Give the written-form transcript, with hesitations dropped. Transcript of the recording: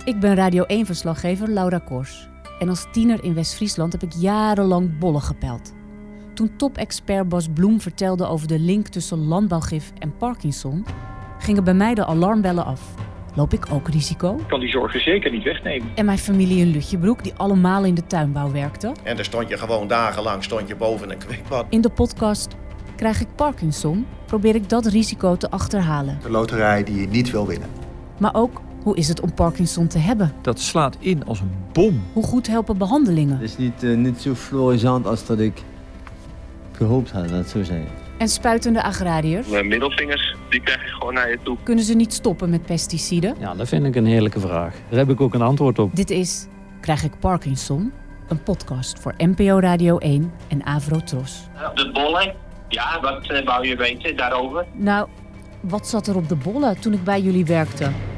Ik ben Radio 1-verslaggever Laura Kors. En als tiener in West-Friesland heb ik jarenlang bollen gepeld. Toen top-expert Bas Bloem vertelde over de link tussen landbouwgif en Parkinson, gingen bij mij de alarmbellen af. Loop ik ook risico? Ik kan die zorgen zeker niet wegnemen. En mijn familie in Lutjebroek, die allemaal in de tuinbouw werkte. En daar stond je gewoon dagenlang boven een kwikbad. In de podcast Krijg ik Parkinson? Probeer ik dat risico te achterhalen. De loterij die je niet wil winnen. Maar ook, hoe is het om Parkinson te hebben? Dat slaat in als een bom. Hoe goed helpen behandelingen? Het is niet zo florisant als dat ik gehoopt had, dat zo zeggen. En spuitende agrariërs? Mijn middelvingers, die krijg ik gewoon naar je toe. Kunnen ze niet stoppen met pesticiden? Ja, dat vind ik een heerlijke vraag. Daar heb ik ook een antwoord op. Dit is Krijg ik Parkinson? Een podcast voor NPO Radio 1 en Avro Tros. De bollen, ja, wat wou je weten daarover? Nou, wat zat er op de bollen toen ik bij jullie werkte?